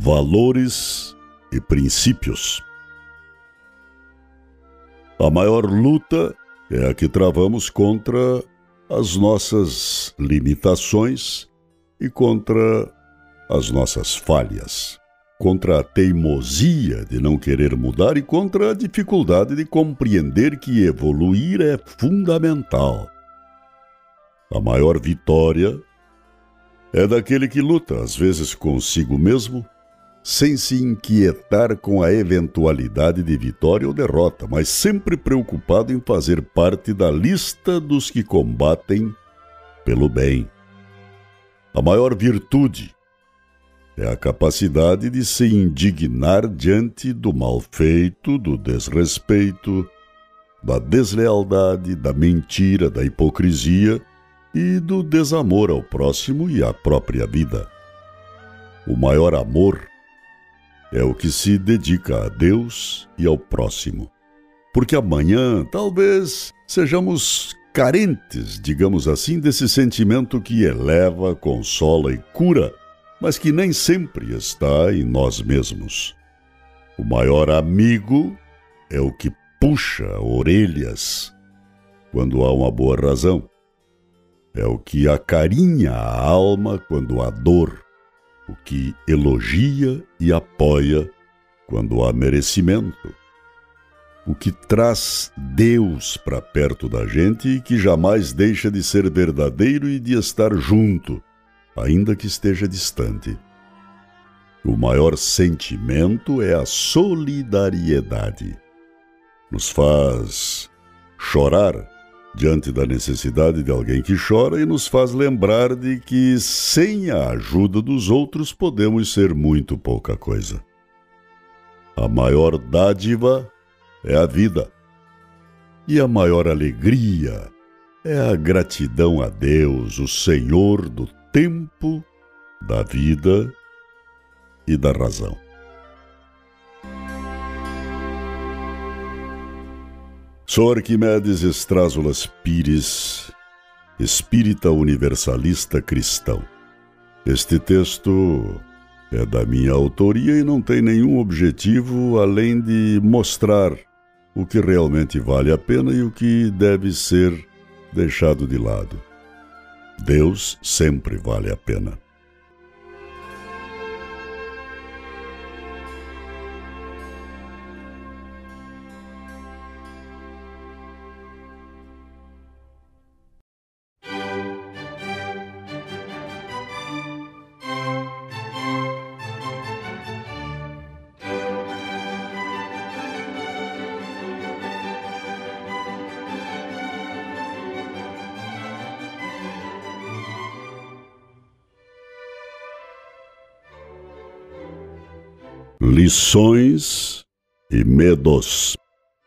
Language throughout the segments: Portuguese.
valores e princípios. A maior luta é a que travamos contra as nossas limitações e contra as nossas falhas, contra a teimosia de não querer mudar e contra a dificuldade de compreender que evoluir é fundamental. A maior vitória é daquele que luta, às vezes consigo mesmo, sem se inquietar com a eventualidade de vitória ou derrota, mas sempre preocupado em fazer parte da lista dos que combatem pelo bem. A maior virtude é a capacidade de se indignar diante do mal feito, do desrespeito, da deslealdade, da mentira, da hipocrisia e do desamor ao próximo e à própria vida. O maior amor é o que se dedica a Deus e ao próximo. Porque amanhã, talvez, sejamos carentes, digamos assim, desse sentimento que eleva, consola e cura, mas que nem sempre está em nós mesmos. O maior amigo é o que puxa orelhas quando há uma boa razão. É o que acarinha a alma quando há dor, o que elogia e apoia quando há merecimento, o que traz Deus para perto da gente e que jamais deixa de ser verdadeiro e de estar junto, ainda que esteja distante. O maior sentimento é a solidariedade. Nos faz chorar diante da necessidade de alguém que chora e nos faz lembrar de que, sem a ajuda dos outros, podemos ser muito pouca coisa. A maior dádiva é a vida. E a maior alegria é a gratidão a Deus, o Senhor do tempo, da vida e da razão. Sou Arquimedes Estrázulas Pires, espírita universalista cristão. Este texto é da minha autoria e não tem nenhum objetivo além de mostrar o que realmente vale a pena e o que deve ser deixado de lado. Deus sempre vale a pena. Lições e medos.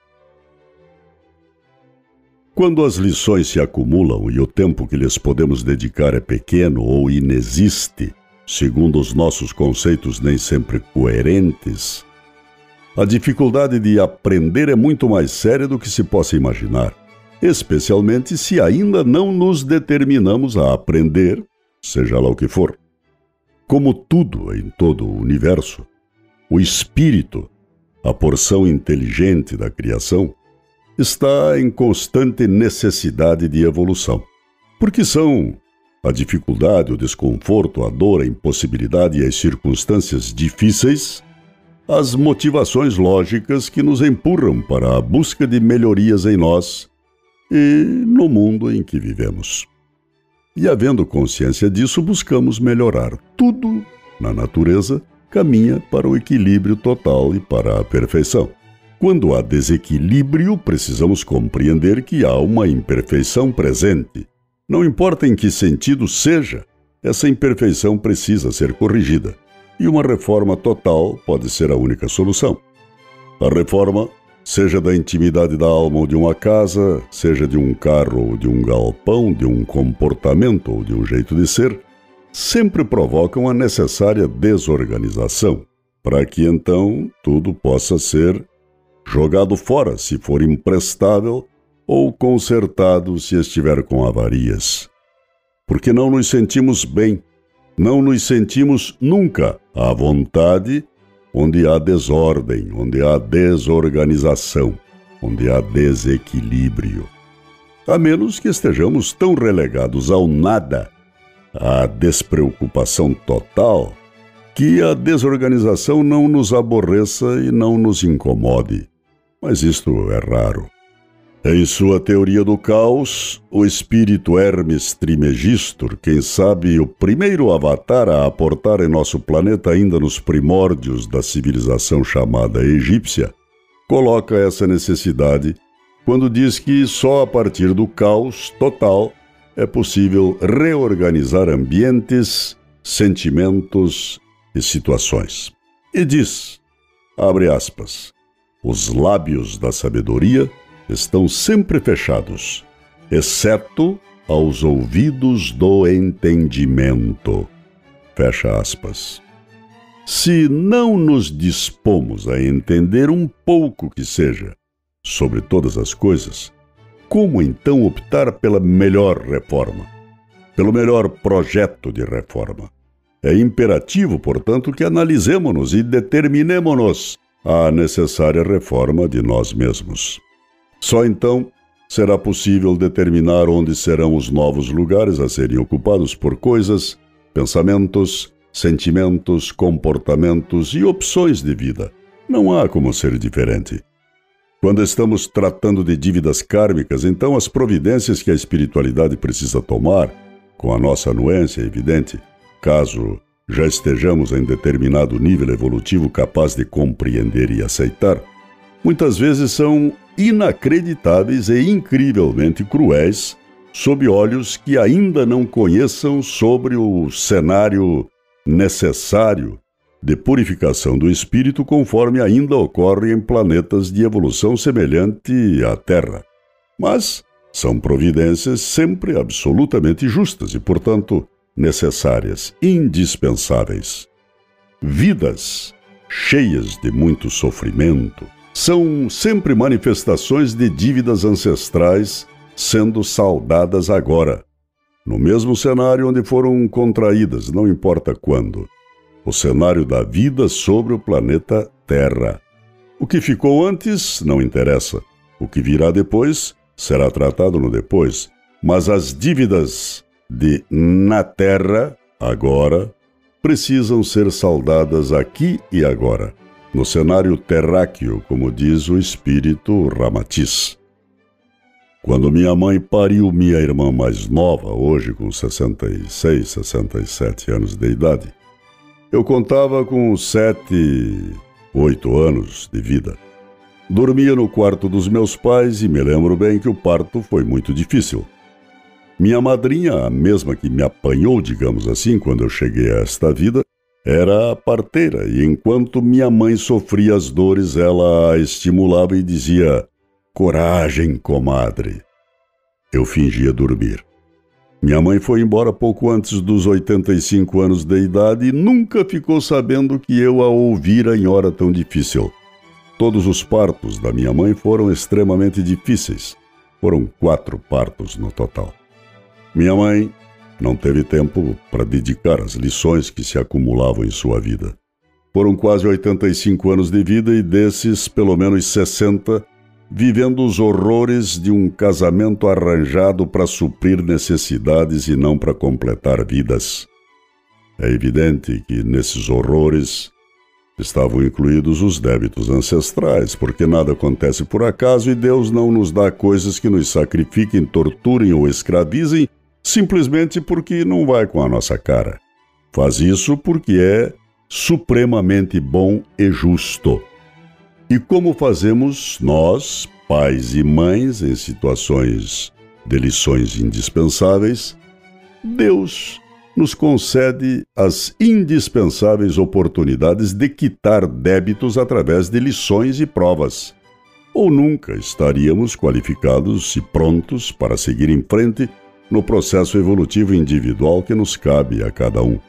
Quando as lições se acumulam e o tempo que lhes podemos dedicar é pequeno ou inexiste, segundo os nossos conceitos nem sempre coerentes, a dificuldade de aprender é muito mais séria do que se possa imaginar, especialmente se ainda não nos determinamos a aprender, seja lá o que for. Como tudo em todo o universo, o espírito, a porção inteligente da criação, está em constante necessidade de evolução, porque são a dificuldade, o desconforto, a dor, a impossibilidade e as circunstâncias difíceis as motivações lógicas que nos empurram para a busca de melhorias em nós e no mundo em que vivemos. E havendo consciência disso, buscamos melhorar. Tudo na natureza caminha para o equilíbrio total e para a perfeição. Quando há desequilíbrio, precisamos compreender que há uma imperfeição presente. Não importa em que sentido seja, essa imperfeição precisa ser corrigida. E uma reforma total pode ser a única solução. A reforma, seja da intimidade da alma ou de uma casa, seja de um carro ou de um galpão, de um comportamento ou de um jeito de ser, sempre provocam a necessária desorganização, para que então tudo possa ser jogado fora se for imprestável ou consertado se estiver com avarias. Porque não nos sentimos bem Não nos sentimos nunca à vontade onde há desordem, onde há desorganização, onde há desequilíbrio. A menos que estejamos tão relegados ao nada, à despreocupação total, que a desorganização não nos aborreça e não nos incomode. Mas isto é raro. Em sua teoria do caos, o espírito Hermes Trismegistor, quem sabe o primeiro avatar a aportar em nosso planeta ainda nos primórdios da civilização chamada egípcia, coloca essa necessidade quando diz que só a partir do caos total é possível reorganizar ambientes, sentimentos e situações. E diz, abre aspas, os lábios da sabedoria estão sempre fechados, exceto aos ouvidos do entendimento. Fecha aspas. Se não nos dispomos a entender um pouco que seja sobre todas as coisas, como então optar pela melhor reforma, pelo melhor projeto de reforma? É imperativo, portanto, que analisemo-nos e determinemo-nos à necessária reforma de nós mesmos. Só então será possível determinar onde serão os novos lugares a serem ocupados por coisas, pensamentos, sentimentos, comportamentos e opções de vida. Não há como ser diferente. Quando estamos tratando de dívidas kármicas, então as providências que a espiritualidade precisa tomar, com a nossa anuência, é evidente, caso já estejamos em determinado nível evolutivo capaz de compreender e aceitar, muitas vezes são inacreditáveis e incrivelmente cruéis sob olhos que ainda não conheçam sobre o cenário necessário de purificação do espírito conforme ainda ocorre em planetas de evolução semelhante à Terra. Mas são providências sempre absolutamente justas e, portanto, necessárias, indispensáveis. Vidas cheias de muito sofrimento são sempre manifestações de dívidas ancestrais sendo saldadas agora, no mesmo cenário onde foram contraídas, não importa quando, o cenário da vida sobre o planeta Terra. O que ficou antes não interessa, o que virá depois será tratado no depois, mas as dívidas de na Terra, agora, precisam ser saldadas aqui e agora, no cenário terráqueo, como diz o espírito Ramatiz. Quando minha mãe pariu minha irmã mais nova, hoje com 66, 67 anos de idade, eu contava com 7, 8 anos de vida. Dormia no quarto dos meus pais e me lembro bem que o parto foi muito difícil. Minha madrinha, a mesma que me apanhou, digamos assim, quando eu cheguei a esta vida, era a parteira, e enquanto minha mãe sofria as dores, ela a estimulava e dizia: "Coragem, comadre." Eu fingia dormir. Minha mãe foi embora pouco antes dos 85 anos de idade e nunca ficou sabendo que eu a ouvira em hora tão difícil. Todos os partos da minha mãe foram extremamente difíceis. Foram 4 partos no total. Minha mãe não teve tempo para dedicar às lições que se acumulavam em sua vida. Foram quase 85 anos de vida e desses, pelo menos 60, vivendo os horrores de um casamento arranjado para suprir necessidades e não para completar vidas. É evidente que nesses horrores estavam incluídos os débitos ancestrais, porque nada acontece por acaso e Deus não nos dá coisas que nos sacrifiquem, torturem ou escravizem simplesmente porque não vai com a nossa cara. Faz isso porque é supremamente bom e justo. E como fazemos nós, pais e mães, em situações de lições indispensáveis, Deus nos concede as indispensáveis oportunidades de quitar débitos através de lições e provas. Ou nunca estaríamos qualificados e prontos para seguir em frente no processo evolutivo individual que nos cabe a cada um.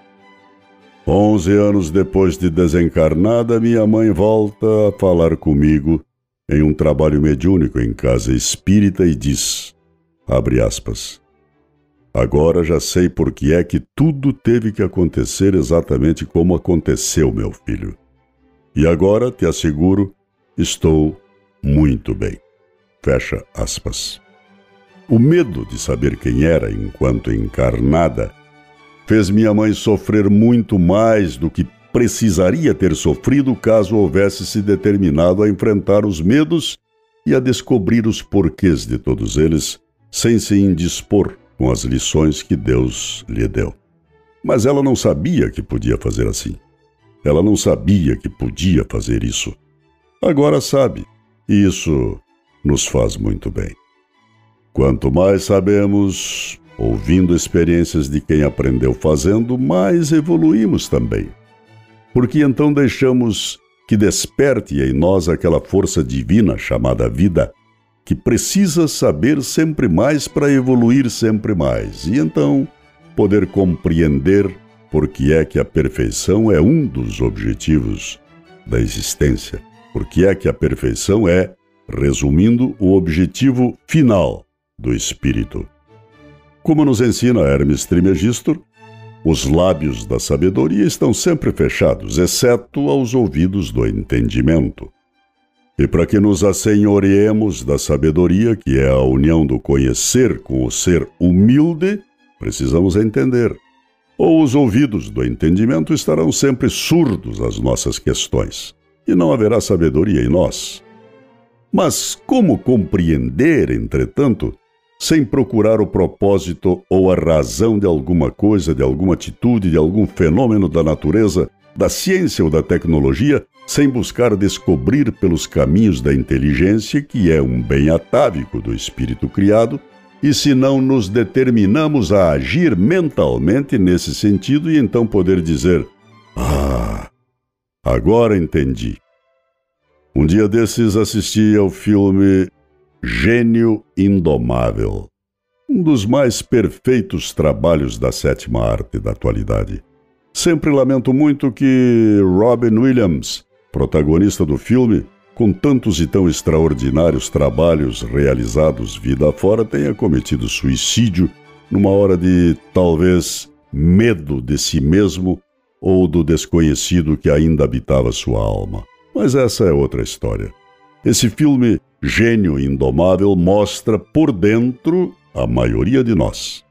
11 anos depois de desencarnada, minha mãe volta a falar comigo em um trabalho mediúnico em casa espírita e diz, abre aspas, Agora já sei por que é que tudo teve que acontecer exatamente como aconteceu, meu filho. E agora, te asseguro, estou muito bem. Fecha aspas. O medo de saber quem era enquanto encarnada fez minha mãe sofrer muito mais do que precisaria ter sofrido caso houvesse se determinado a enfrentar os medos e a descobrir os porquês de todos eles, sem se indispor com as lições que Deus lhe deu. Mas ela não sabia que podia fazer assim. Ela não sabia que podia fazer isso. Agora sabe, e isso nos faz muito bem. Quanto mais sabemos, ouvindo experiências de quem aprendeu fazendo, mais evoluímos também. Porque então deixamos que desperte em nós aquela força divina chamada vida, que precisa saber sempre mais para evoluir sempre mais, e então poder compreender por que é que a perfeição é um dos objetivos da existência, por que é que a perfeição é, resumindo, o objetivo final do espírito. Como nos ensina Hermes Trismegisto, os lábios da sabedoria estão sempre fechados, exceto aos ouvidos do entendimento. E para que nos assenhoreemos da sabedoria, que é a união do conhecer com o ser humilde, precisamos entender. Ou os ouvidos do entendimento estarão sempre surdos às nossas questões, e não haverá sabedoria em nós. Mas como compreender, entretanto, sem procurar o propósito ou a razão de alguma coisa, de alguma atitude, de algum fenômeno da natureza, da ciência ou da tecnologia, sem buscar descobrir pelos caminhos da inteligência, que é um bem atávico do espírito criado, e se não nos determinamos a agir mentalmente nesse sentido e então poder dizer: "Ah, agora entendi." Um dia desses assisti ao filme Gênio Indomável, um dos mais perfeitos trabalhos da sétima arte da atualidade. Sempre lamento muito que Robin Williams, protagonista do filme, com tantos e tão extraordinários trabalhos realizados vida afora, tenha cometido suicídio numa hora de, talvez, medo de si mesmo ou do desconhecido que ainda habitava sua alma. Mas essa é outra história. Esse filme, Gênio Indomável, mostra por dentro a maioria de nós.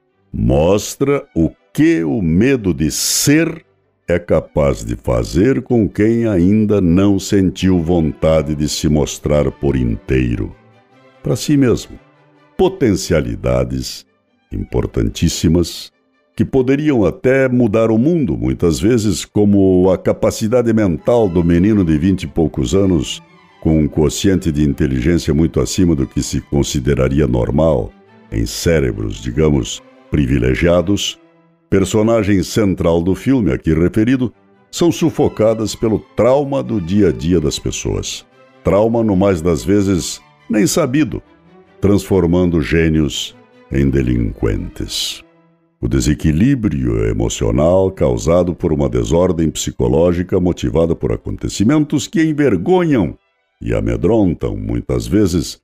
Mostra o que o medo de ser é capaz de fazer com quem ainda não sentiu vontade de se mostrar por inteiro, para si mesmo. Potencialidades importantíssimas que poderiam até mudar o mundo, muitas vezes, como a capacidade mental do menino de 20 e poucos anos, com um quociente de inteligência muito acima do que se consideraria normal, em cérebros, digamos, privilegiados. Personagem central do filme, aqui referido, são sufocadas pelo trauma do dia a dia das pessoas. Trauma, no mais das vezes, nem sabido, transformando gênios em delinquentes. O desequilíbrio emocional causado por uma desordem psicológica motivada por acontecimentos que envergonham e amedrontam muitas vezes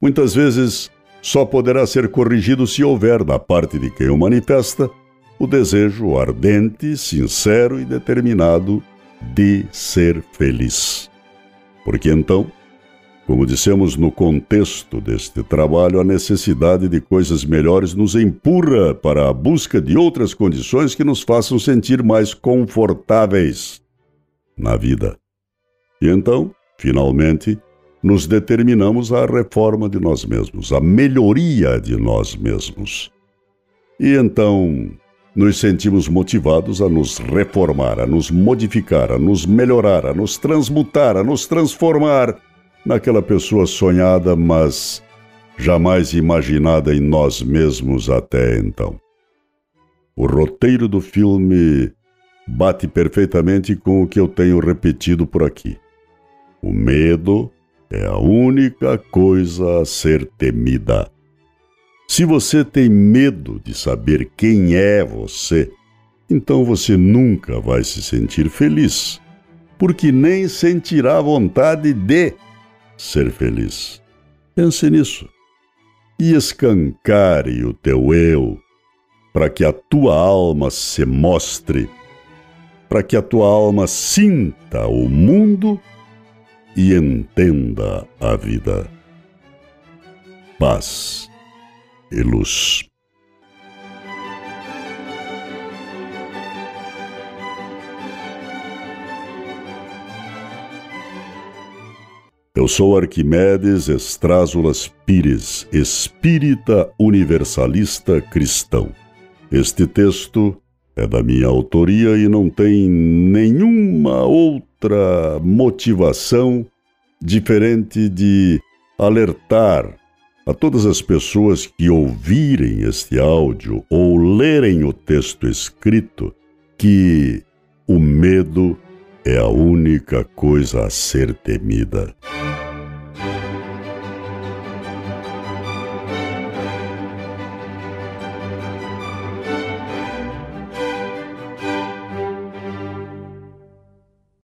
só poderá ser corrigido se houver, da parte de quem o manifesta, o desejo ardente, sincero e determinado de ser feliz. Porque então, como dissemos no contexto deste trabalho, a necessidade de coisas melhores nos empurra para a busca de outras condições que nos façam sentir mais confortáveis na vida. E então, finalmente, nos determinamos à reforma de nós mesmos, à melhoria de nós mesmos. E então nos sentimos motivados a nos reformar, a nos modificar, a nos melhorar, a nos transmutar, a nos transformar naquela pessoa sonhada, mas jamais imaginada em nós mesmos até então. O roteiro do filme bate perfeitamente com o que eu tenho repetido por aqui. O medo é a única coisa a ser temida. Se você tem medo de saber quem é você, então você nunca vai se sentir feliz, porque nem sentirá vontade de ser feliz. Pense nisso. E escancare o teu eu para que a tua alma se mostre, para que a tua alma sinta o mundo e entenda a vida. Paz e luz. Eu sou Arquimedes Estrázulas Pires, espírita universalista cristão. Este texto é da minha autoria e não tem nenhuma outra motivação diferente de alertar a todas as pessoas que ouvirem este áudio ou lerem o texto escrito que o medo é a única coisa a ser temida.